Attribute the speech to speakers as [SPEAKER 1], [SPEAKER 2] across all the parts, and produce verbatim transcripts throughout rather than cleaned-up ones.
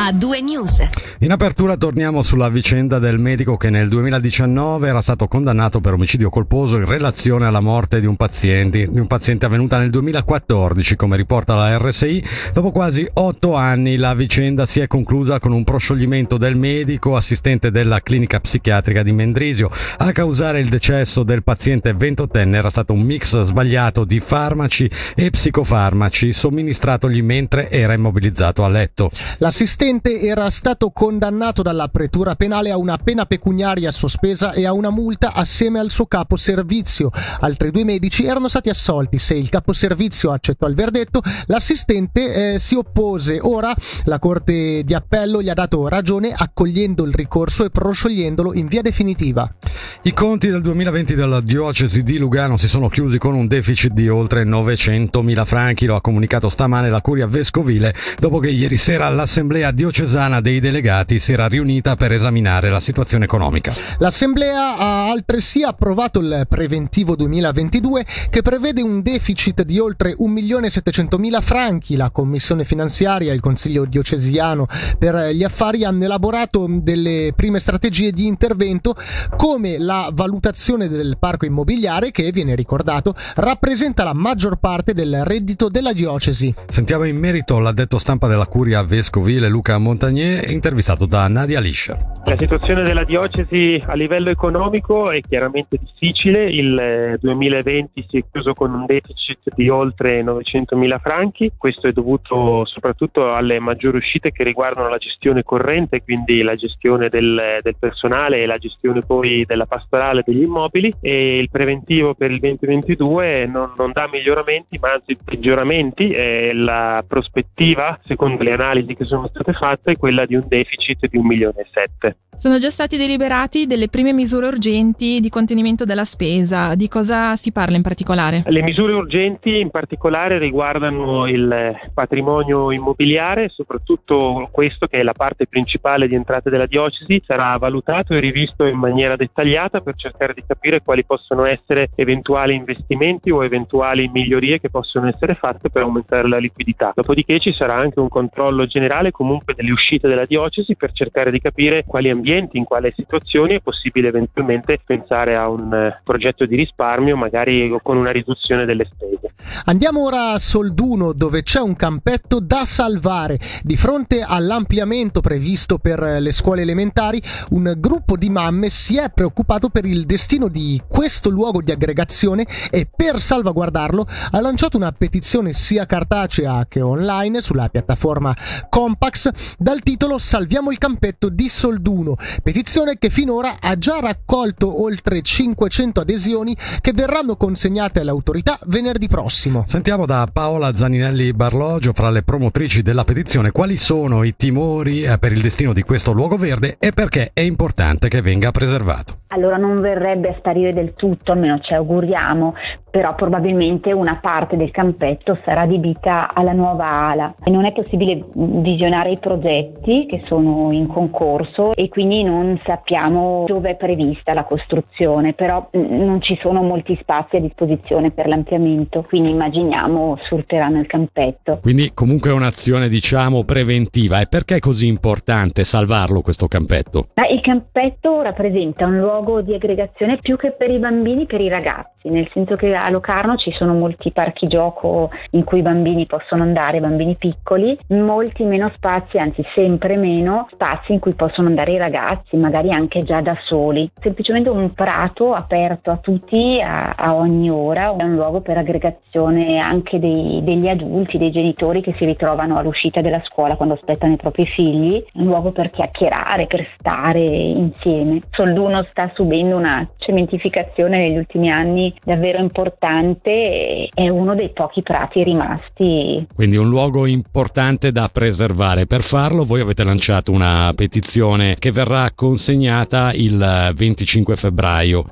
[SPEAKER 1] A due News.
[SPEAKER 2] In apertura torniamo sulla vicenda del medico che nel duemiladiciannove era stato condannato per omicidio colposo in relazione alla morte di un paziente, di un paziente avvenuta nel duemilaquattordici, come riporta la R S I. Dopo quasi otto anni la vicenda si è conclusa con un proscioglimento del medico assistente della clinica psichiatrica di Mendrisio. A causare il decesso del paziente ventottenne era stato un mix sbagliato di farmaci e psicofarmaci somministratogli mentre era immobilizzato a letto.
[SPEAKER 3] L'assistente era stato condannato dalla pretura penale a una pena pecuniaria sospesa e a una multa assieme al suo capo servizio. Altri due medici erano stati assolti. Se il capo servizio accettò il verdetto, l'assistente eh, si oppose. Ora la Corte di Appello gli ha dato ragione accogliendo il ricorso e prosciogliendolo in via definitiva.
[SPEAKER 2] I conti del duemilaventi della diocesi di Lugano si sono chiusi con un deficit di oltre novecentomila franchi, lo ha comunicato stamane la Curia Vescovile dopo che ieri sera l'Assemblea diocesana dei delegati si era riunita per esaminare la situazione economica.
[SPEAKER 3] L'Assemblea ha altresì approvato il preventivo duemilaventidue che prevede un deficit di oltre un milione settecentomila franchi. La Commissione finanziaria e il Consiglio diocesiano per gli affari hanno elaborato delle prime strategie di intervento, come la valutazione del parco immobiliare che, viene ricordato, rappresenta la maggior parte del reddito della diocesi.
[SPEAKER 2] Sentiamo in merito l'addetto stampa della Curia Vescovile Luca Montagnier, intervistato da Nadia Lischer.
[SPEAKER 4] La situazione della diocesi a livello economico è chiaramente difficile. Il duemilaventi si è chiuso con un deficit di oltre novecentomila franchi. Questo è dovuto soprattutto alle maggiori uscite che riguardano la gestione corrente, quindi la gestione del, del personale e la gestione poi della pastorale degli immobili, e il preventivo per il duemilaventidue non, non dà miglioramenti ma anzi peggioramenti. E la prospettiva, secondo le analisi che sono state fatte, è quella di un deficit di un milione e sette.
[SPEAKER 5] Sono già stati deliberati delle prime misure urgenti di contenimento della spesa. Di cosa si parla in particolare?
[SPEAKER 4] Le misure urgenti in particolare riguardano il patrimonio immobiliare, soprattutto questo, che è la parte principale di entrate della diocesi, sarà valutato e rivisto in maniera dettagliata per cercare di capire quali possono essere eventuali investimenti o eventuali migliorie che possono essere fatte per aumentare la liquidità. Dopodiché ci sarà anche un controllo generale comunque delle uscite della diocesi per cercare di capire quali ambienti, in quale situazioni è possibile eventualmente pensare a un uh, progetto di risparmio, magari con una riduzione delle spese.
[SPEAKER 3] Andiamo ora a Solduno, dove c'è un campetto da salvare. Di fronte all'ampliamento previsto per le scuole elementari, un gruppo di mamme si è preoccupato per il destino di questo luogo di aggregazione e per salvaguardarlo ha lanciato una petizione sia cartacea che online sulla piattaforma Compax dal titolo "Salviamo il campetto di Solduno", petizione che finora ha già raccolto oltre cinquecento adesioni che verranno consegnate alle autorità venerdì prossimo.
[SPEAKER 2] Sentiamo da Paola Zaninelli Barlogio, fra le promotrici della petizione, quali sono i timori per il destino di questo luogo verde e perché è importante che venga preservato.
[SPEAKER 6] Allora, non verrebbe a sparire del tutto, almeno ci auguriamo, però probabilmente una parte del campetto sarà adibita alla nuova ala e non è possibile visionare i progetti che sono in concorso e quindi non sappiamo dove è prevista la costruzione, però non ci sono molti spazi a disposizione per l'ampliamento, quindi immaginiamo sfrutteranno il campetto.
[SPEAKER 2] Quindi comunque è un'azione, diciamo, preventiva. E perché è così importante salvarlo questo campetto?
[SPEAKER 6] Ma il campetto rappresenta un luogo di aggregazione più che per i bambini, per i ragazzi, nel senso che a Locarno ci sono molti parchi gioco in cui i bambini possono andare, bambini piccoli, molti meno spazi, anzi sempre meno spazi in cui possono andare i ragazzi, magari anche già da soli. Semplicemente un prato aperto a tutti a, a ogni ora, è un luogo per aggregazione anche dei, degli adulti, dei genitori che si ritrovano all'uscita della scuola quando aspettano i propri figli, un luogo per chiacchierare, per stare insieme. Solduno sta subendo una cementificazione negli ultimi anni davvero importante e è uno dei pochi prati rimasti.
[SPEAKER 2] Quindi un luogo importante da preservare. Per farlo voi avete lanciato una petizione che verrà consegnata il venticinque febbraio.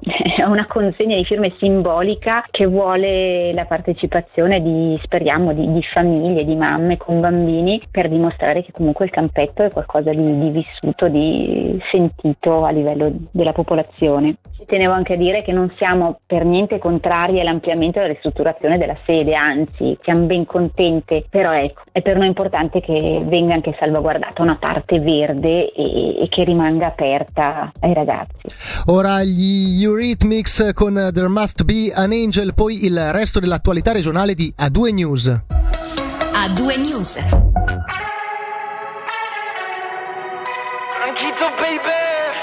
[SPEAKER 6] una consegna di firme simbolica che vuole la partecipazione di, speriamo, di, di famiglie, di mamme con bambini, per dimostrare che comunque il campetto è qualcosa di, di vissuto, di sentito a livello della popolazione. Ci tenevo anche a dire che non siamo per niente contrari all'ampliamento e alla ristrutturazione della sede, anzi siamo ben contente, però ecco, è per noi importante che venga anche salvaguardata una parte verde e, e che rimanga aperta ai ragazzi.
[SPEAKER 3] Ora gli Eurythmics con There Must Be an Angel, poi il resto dell'attualità regionale di A due News.
[SPEAKER 1] A due News.
[SPEAKER 7] Anchito baby,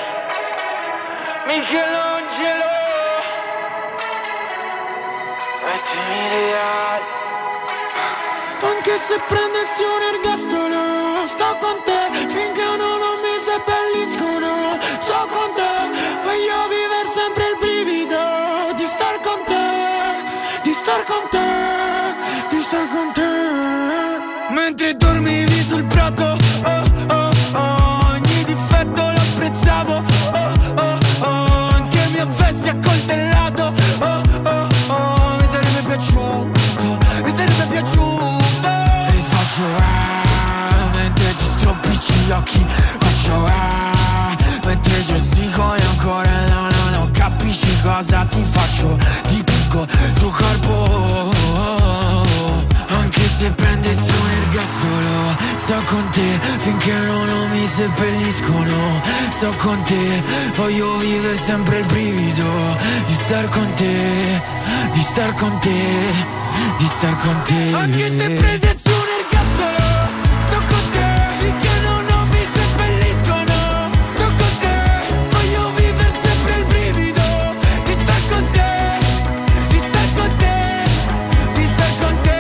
[SPEAKER 7] Michelangelo, mettimi reali. Anche se prendessi un ergastolo, sto con te finché uno non mi seppelliscono. Sto con te, voglio vivere sempre il brivido di star con te, di star con te, di star con te. Mentre dormivi sul prato, oh oh oh, ogni difetto lo apprezzavo, oh oh oh, anche mi avessi accoltellato, oh oh oh, mi sarebbe piaciuto, mi sarebbe piaciuto. E faccio ah, mentre ti stropicci gli occhi, faccio ah, mentre gestico e ancora no, no, no, capisci cosa ti faccio, ti picco tuo corpo, anche se prendessi un ergastolo, sto con te finché non, non mi seppelliscono. Sto con te, voglio vivere sempre il brivido di star con te, di star con te, di star con te. Anche se prendessi un ergastolo, sto con te finché non, non mi seppelliscono. Sto con te, voglio vivere sempre il brivido di star con te, di star con te, di star con te.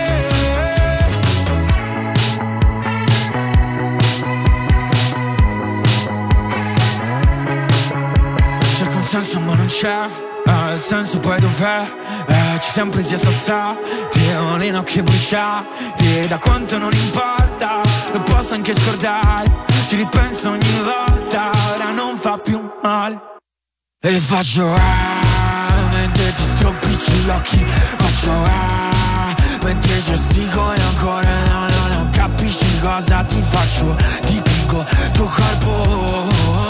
[SPEAKER 7] Cerco un senso ma non c'è, eh, il senso poi dov'è? Eh, ci siamo presi a sassati, ho le nocche bruciate, da quanto non importa, lo posso anche scordare, ci ripenso ogni volta, ora non fa più male. E faccio ah, mentre ti stropicci gli occhi, faccio ah, mentre gestico e ancora no, no, no, capisci cosa ti faccio, ti picco tuo corpo,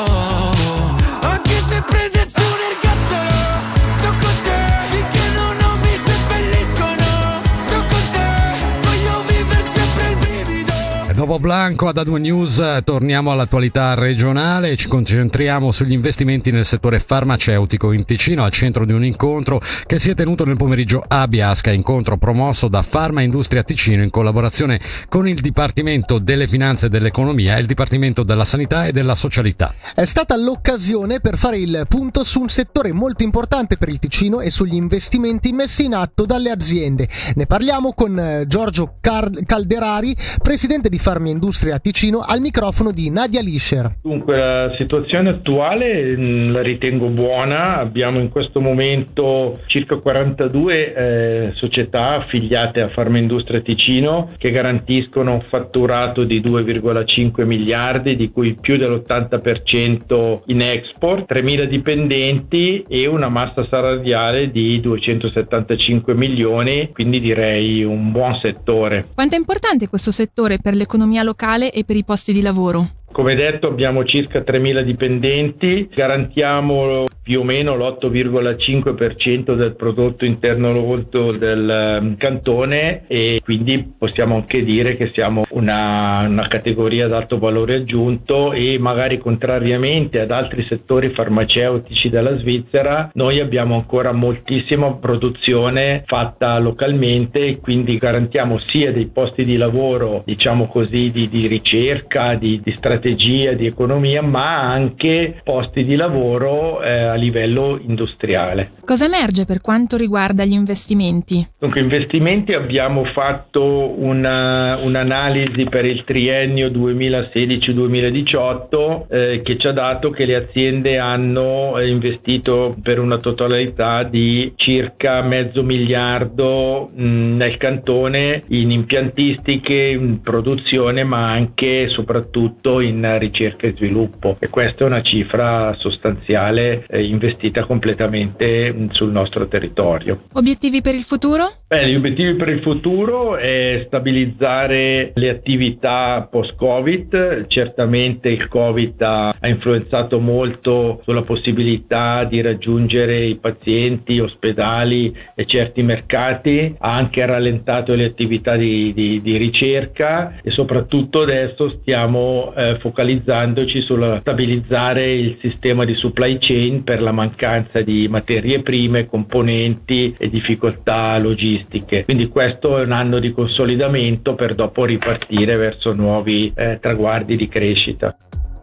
[SPEAKER 7] anche se prendessi un ergastolo, sto con te finché non, non mi seppelliscono. Sto con te, voglio vivere sempre il brivido.
[SPEAKER 2] E dopo Blanco ad A due News torniamo all'attualità regionale e ci concentriamo sugli investimenti nel settore farmaceutico in Ticino, al centro di un incontro che si è tenuto nel pomeriggio a Biasca, incontro promosso da Farma Industria Ticino in collaborazione con il Dipartimento delle Finanze e dell'Economia e il Dipartimento della Sanità e della Socialità.
[SPEAKER 3] È stata l'occasione per fare il punto su un settore molto importante per il Ticino e sugli investimenti messi in atto dalle aziende. Ne parliamo con Giorgio Car- Calderari, presidente di Farma Industria Ticino, al microfono di Nadia Lischer.
[SPEAKER 8] Dunque, la situazione attuale mh, la ritengo buona. Abbiamo in questo momento circa quarantadue eh, società affiliate a Farma Industria Ticino che garantiscono un fatturato di due virgola cinque miliardi, di cui più dell'ottanta per cento in export, tremila dipendenti e una massa salariale di duecentosettantacinque milioni, quindi direi un buon settore.
[SPEAKER 5] Quanto è importante questo settore per l'economia locale e per i posti di lavoro?
[SPEAKER 8] Come detto, abbiamo circa tremila dipendenti, garantiamo più o meno l'otto virgola cinque per cento del prodotto interno lordo del um, cantone, e quindi possiamo anche dire che siamo una, una categoria ad alto valore aggiunto, e magari contrariamente ad altri settori farmaceutici della Svizzera, noi abbiamo ancora moltissima produzione fatta localmente, e quindi garantiamo sia dei posti di lavoro, diciamo così, di, di ricerca, di, di strategia, di economia, ma anche posti di lavoro eh, a livello industriale.
[SPEAKER 5] Cosa emerge per quanto riguarda gli investimenti?
[SPEAKER 8] Dunque, investimenti abbiamo fatto una, un'analisi per il triennio duemilasedici duemiladiciotto eh, che ci ha dato che le aziende hanno eh, investito per una totalità di circa mezzo miliardo mh, nel cantone in impiantistiche, in produzione, ma anche e soprattutto in in ricerca e sviluppo, e questa è una cifra sostanziale eh, investita completamente mh, sul nostro territorio.
[SPEAKER 5] Obiettivi per il futuro?
[SPEAKER 8] Beh, gli obiettivi per il futuro è stabilizzare le attività post-Covid. Certamente il Covid ha, ha influenzato molto sulla possibilità di raggiungere i pazienti, ospedali e certi mercati, ha anche rallentato le attività di, di, di ricerca, e soprattutto adesso stiamo eh, focalizzandoci sullo stabilizzare il sistema di supply chain per la mancanza di materie prime, componenti e difficoltà logistiche. Quindi questo è un anno di consolidamento per dopo ripartire verso nuovi eh, traguardi di crescita.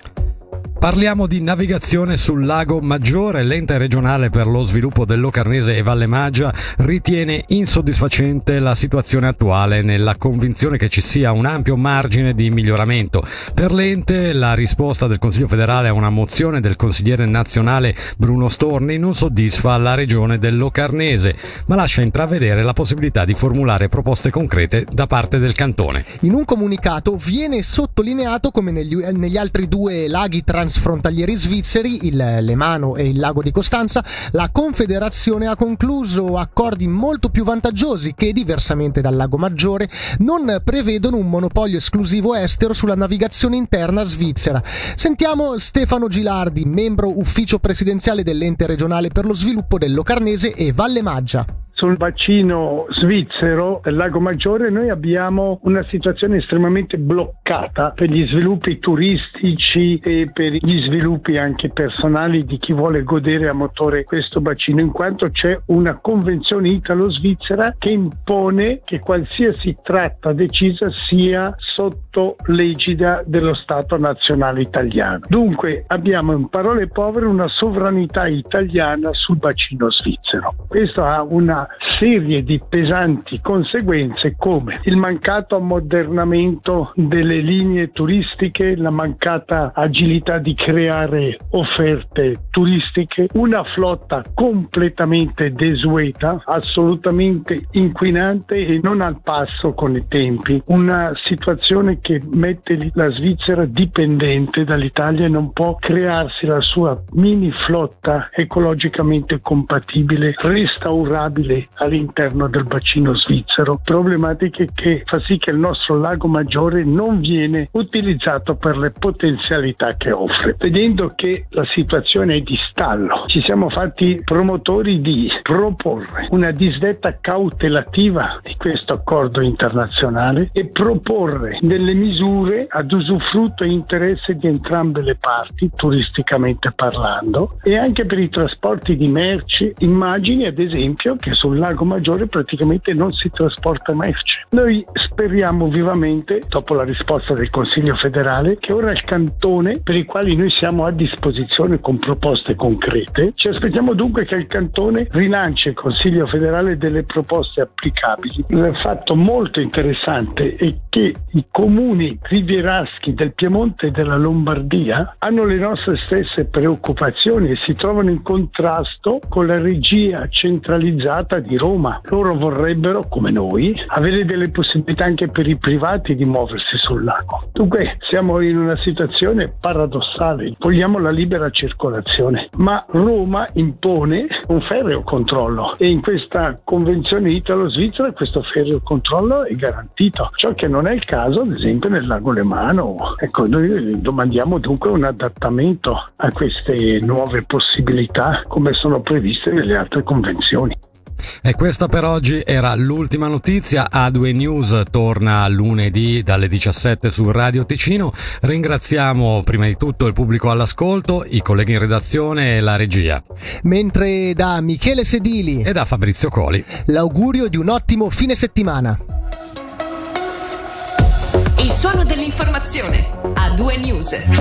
[SPEAKER 2] Parliamo di navigazione sul Lago Maggiore. L'ente regionale per lo sviluppo del Locarnese e Valle Maggia ritiene insoddisfacente la situazione attuale, nella convinzione che ci sia un ampio margine di miglioramento. Per l'ente la risposta del Consiglio federale a una mozione del consigliere nazionale Bruno Storni non soddisfa la regione del Locarnese, ma lascia intravedere la possibilità di formulare proposte concrete da parte del cantone.
[SPEAKER 3] In un comunicato viene sottolineato come negli, negli altri due laghi transfrontalieri svizzeri, il Lemano e il Lago di Costanza, la Confederazione ha concluso accordi molto più vantaggiosi che, diversamente dal Lago Maggiore, non prevedono un monopolio esclusivo estero sulla navigazione interna svizzera. Sentiamo Stefano Gilardi, membro ufficio presidenziale dell'ente regionale per lo sviluppo del Locarnese e Valle Maggia.
[SPEAKER 9] Sul bacino svizzero del Lago Maggiore noi abbiamo una situazione estremamente bloccata per gli sviluppi turistici e per gli sviluppi anche personali di chi vuole godere a motore questo bacino, in quanto c'è una convenzione italo-svizzera che impone che qualsiasi tratta decisa sia sotto l'egida dello Stato nazionale italiano. Dunque abbiamo, in parole povere, una sovranità italiana sul bacino svizzero. Questo ha una serie di pesanti conseguenze, come il mancato ammodernamento delle linee turistiche, la mancata agilità di creare offerte turistiche, una flotta completamente desueta, assolutamente inquinante e non al passo con i tempi, una situazione che mette la Svizzera dipendente dall'Italia e non può crearsi la sua mini flotta ecologicamente compatibile, restaurabile all'interno del bacino svizzero, problematiche che fa sì che il nostro Lago Maggiore non viene utilizzato per le potenzialità che offre. Vedendo che la situazione è di stallo, ci siamo fatti promotori di proporre una disdetta cautelativa di questo accordo internazionale e proporre delle misure ad usufrutto e interesse di entrambe le parti, turisticamente parlando, e anche per i trasporti di merci. Immagini ad esempio che sul Lago Maggiore praticamente non si trasporta merci. Noi speriamo vivamente, dopo la risposta del Consiglio federale, che ora il cantone, per i quali noi siamo a disposizione con proposte concrete, ci aspettiamo dunque che il cantone rilanci il Consiglio federale delle proposte applicabili. Il fatto molto interessante è che i comuni rivieraschi del Piemonte e della Lombardia hanno le nostre stesse preoccupazioni e si trovano in contrasto con la regia centralizzata di Roma. Loro vorrebbero, come noi, avere delle possibilità anche per i privati di muoversi sul lago. Dunque siamo in una situazione paradossale. Vogliamo la libera circolazione, ma Roma impone un ferreo controllo e in questa convenzione italo-svizzera questo ferreo controllo è garantito, ciò che non è il caso ad esempio nel lago Lemano. Ecco, noi domandiamo dunque un adattamento a queste nuove possibilità come sono previste nelle altre convenzioni.
[SPEAKER 2] E questa per oggi era l'ultima notizia. A due News torna lunedì dalle diciassette su Radio Ticino. Ringraziamo prima di tutto il pubblico all'ascolto, i colleghi in redazione e la regia.
[SPEAKER 3] Mentre da Michele Sedili
[SPEAKER 2] e da Fabrizio Coli
[SPEAKER 3] l'augurio di un ottimo fine settimana.
[SPEAKER 1] Il suono dell'informazione. A due News.